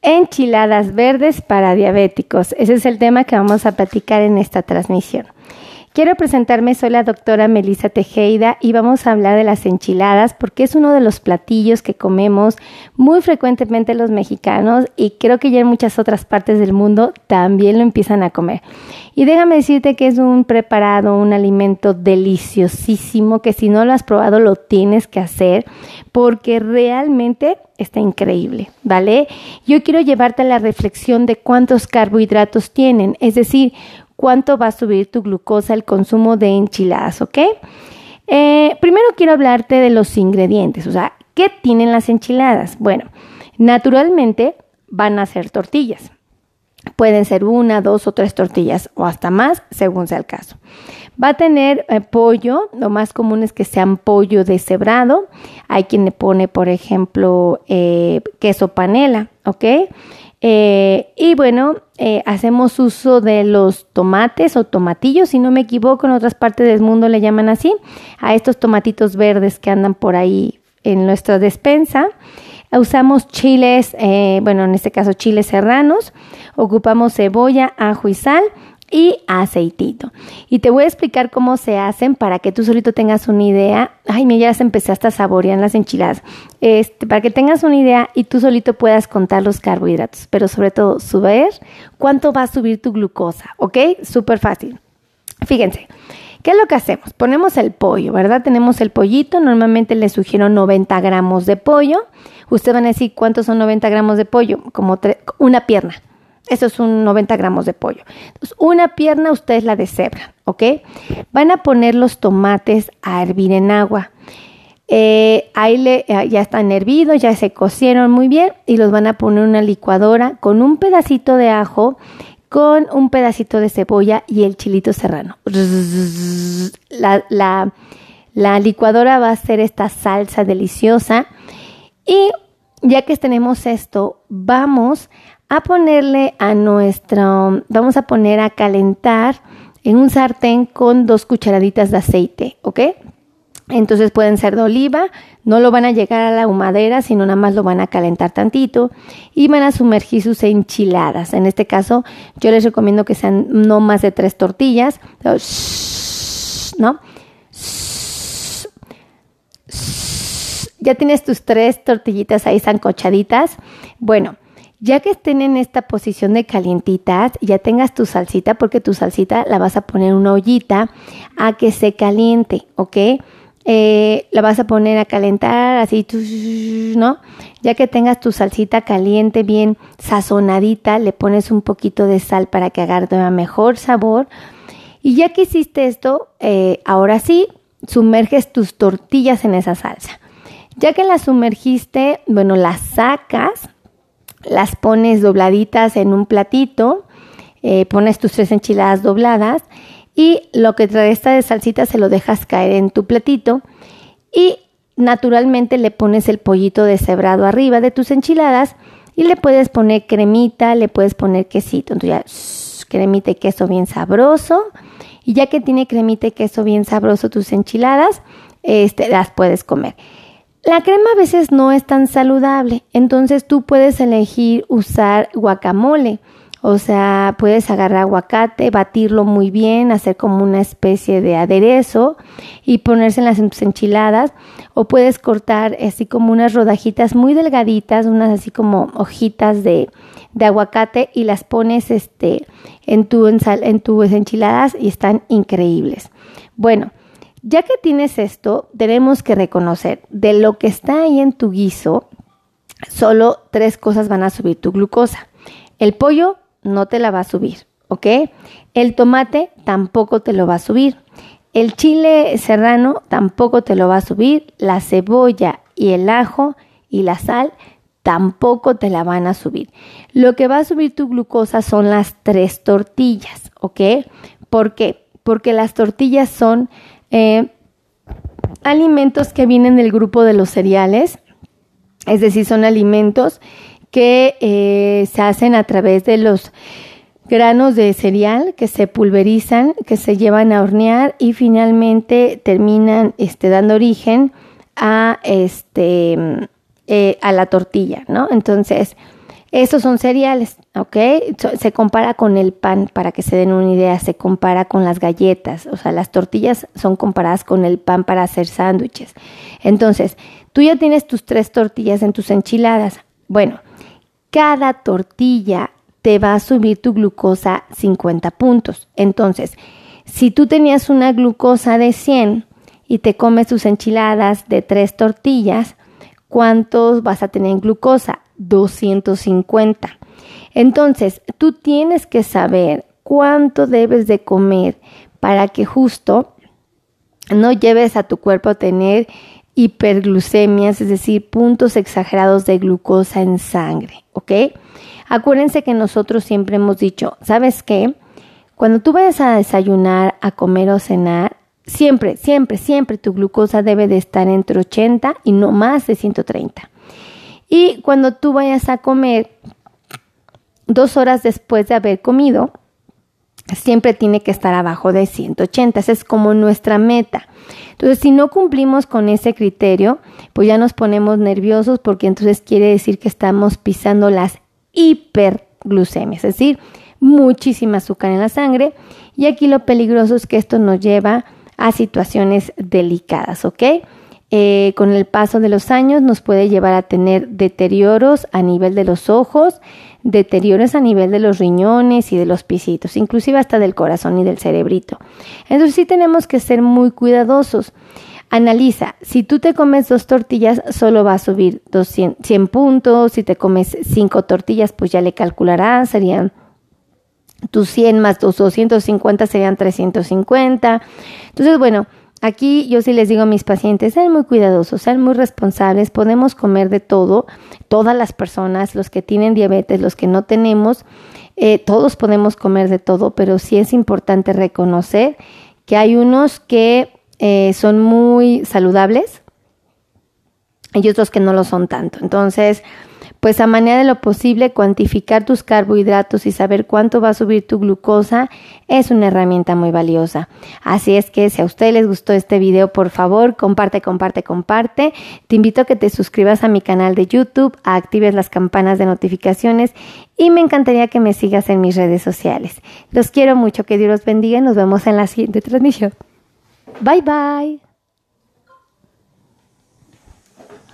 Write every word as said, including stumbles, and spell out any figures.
Enchiladas verdes para diabéticos. Ese es el tema que vamos a platicar en esta transmisión. Quiero presentarme, soy la doctora Melissa Tejeda y vamos a hablar de las enchiladas porque es uno de los platillos que comemos muy frecuentemente los mexicanos y creo que ya en muchas otras partes del mundo también lo empiezan a comer. Y déjame decirte que es un preparado, un alimento deliciosísimo que si no lo has probado lo tienes que hacer porque realmente está increíble, ¿vale? Yo quiero llevarte a la reflexión de cuántos carbohidratos tienen, es decir, cuánto va a subir tu glucosa el consumo de enchiladas, ¿ok? Eh, primero quiero hablarte de los ingredientes, o sea, ¿qué tienen las enchiladas? Bueno, naturalmente van a ser tortillas. Pueden ser una, dos o tres tortillas o hasta más, según sea el caso. Va a tener eh, pollo, lo más común es que sean pollo deshebrado. Hay quien le pone, por ejemplo, eh, queso panela, ¿ok? Eh, y bueno, eh, hacemos uso de los tomates o tomatillos, si no me equivoco, en otras partes del mundo le llaman así, a estos tomatitos verdes que andan por ahí en nuestra despensa. Usamos chiles, eh, bueno, en este caso chiles serranos, ocupamos cebolla, ajo y sal y aceitito. Y te voy a explicar cómo se hacen para que tú solito tengas una idea. Ay, mira, ya las empecé hasta a saborear las enchiladas. Este, para que tengas una idea y tú solito puedas contar los carbohidratos, pero sobre todo saber cuánto va a subir tu glucosa, ¿ok? Súper fácil. Fíjense, ¿qué es lo que hacemos? Ponemos el pollo, ¿verdad? Tenemos el pollito, normalmente les sugiero noventa gramos de pollo. Ustedes van a decir, ¿cuántos son noventa gramos de pollo? Como tre- una pierna. Eso es un noventa gramos de pollo. Entonces, una pierna ustedes la deshebran, ¿ok? Van a poner los tomates a hervir en agua. Eh, ahí le, ya están hervidos, ya se cocieron muy bien y los van a poner en una licuadora con un pedacito de ajo, con un pedacito de cebolla y el chilito serrano. La, la, la licuadora va a hacer esta salsa deliciosa y ya que tenemos esto, vamos a ponerle a nuestro, vamos a poner a calentar en un sartén con dos cucharaditas de aceite, ¿ok? Entonces pueden ser de oliva, no lo van a llegar a la ahumadera, sino nada más lo van a calentar tantito y van a sumergir sus enchiladas. En este caso, yo les recomiendo que sean no más de tres tortillas, ¿no? Ya tienes tus tres tortillitas ahí sancochaditas. Bueno, ya que estén en esta posición de calientitas, ya tengas tu salsita, porque tu salsita la vas a poner en una ollita a que se caliente, ¿ok? Eh, la vas a poner a calentar así, ¿no? Ya que tengas tu salsita caliente, bien sazonadita, le pones un poquito de sal para que agarre mejor sabor. Y ya que hiciste esto, eh, ahora sí, sumerges tus tortillas en esa salsa. Ya que las sumergiste, bueno, las sacas, las pones dobladitas en un platito, eh, pones tus tres enchiladas dobladas y lo que te resta de salsita se lo dejas caer en tu platito y naturalmente le pones el pollito deshebrado arriba de tus enchiladas y le puedes poner cremita, le puedes poner quesito. Entonces ya shh, cremita y queso bien sabroso y ya que tiene cremita y queso bien sabroso tus enchiladas, este, las puedes comer. La crema a veces no es tan saludable, entonces tú puedes elegir usar guacamole, o sea, puedes agarrar aguacate, batirlo muy bien, hacer como una especie de aderezo y ponérselas en tus enchiladas, o puedes cortar así como unas rodajitas muy delgaditas, unas así como hojitas de, de aguacate y las pones este, en, tu ensal, en tus enchiladas y están increíbles. Bueno, ya que tienes esto, tenemos que reconocer de lo que está ahí en tu guiso, solo tres cosas van a subir tu glucosa. El pollo no te la va a subir, ¿ok? El tomate tampoco te lo va a subir. El chile serrano tampoco te lo va a subir. La cebolla y el ajo y la sal tampoco te la van a subir. Lo que va a subir tu glucosa son las tres tortillas, ¿ok? ¿Por qué? Porque las tortillas son Eh, alimentos que vienen del grupo de los cereales, es decir, son alimentos que eh, se hacen a través de los granos de cereal que se pulverizan, que se llevan a hornear y finalmente terminan este, dando origen a, este, eh, a la tortilla, ¿no? Entonces, Estos son cereales, ¿ok? Se compara con el pan, para que se den una idea, se compara con las galletas, o sea, las tortillas son comparadas con el pan para hacer sándwiches. Entonces, tú ya tienes tus tres tortillas en tus enchiladas. Bueno, cada tortilla te va a subir tu glucosa cincuenta puntos. Entonces, si tú tenías una glucosa de cien y te comes tus enchiladas de tres tortillas, ¿cuántos vas a tener en glucosa? doscientos cincuenta. Entonces, tú tienes que saber cuánto debes de comer para que justo no lleves a tu cuerpo a tener hiperglucemias, es decir, puntos exagerados de glucosa en sangre, ¿ok? Acuérdense que nosotros siempre hemos dicho, ¿sabes qué? Cuando tú vayas a desayunar, a comer o cenar, siempre, siempre, siempre tu glucosa debe de estar entre ochenta y no más de ciento treinta. Y cuando tú vayas a comer, dos horas después de haber comido, siempre tiene que estar abajo de ciento ochenta. Esa es como nuestra meta. Entonces, si no cumplimos con ese criterio, pues ya nos ponemos nerviosos porque entonces quiere decir que estamos pisando las hiperglucemias, es decir, muchísima azúcar en la sangre. Y aquí lo peligroso es que esto nos lleva a situaciones delicadas, ¿ok? Eh, con el paso de los años nos puede llevar a tener deterioros a nivel de los ojos, deterioros a nivel de los riñones y de los pisitos, inclusive hasta del corazón y del cerebrito. Entonces sí tenemos que ser muy cuidadosos. Analiza, si tú te comes dos tortillas, solo va a subir doscientos, cien puntos. Si te comes cinco tortillas, pues ya le calcularás, serían tus cien más tus doscientos cincuenta serían trescientos cincuenta. Entonces, bueno, aquí yo sí les digo a mis pacientes, sean muy cuidadosos, sean muy responsables, podemos comer de todo, todas las personas, los que tienen diabetes, los que no tenemos, eh, todos podemos comer de todo, pero sí es importante reconocer que hay unos que eh, son muy saludables y otros que no lo son tanto. Entonces, pues a manera de lo posible, cuantificar tus carbohidratos y saber cuánto va a subir tu glucosa es una herramienta muy valiosa. Así es que si a ustedes les gustó este video, por favor, comparte, comparte, comparte. Te invito a que te suscribas a mi canal de YouTube, a actives las campanas de notificaciones y me encantaría que me sigas en mis redes sociales. Los quiero mucho, que Dios los bendiga y nos vemos en la siguiente transmisión. Bye, bye.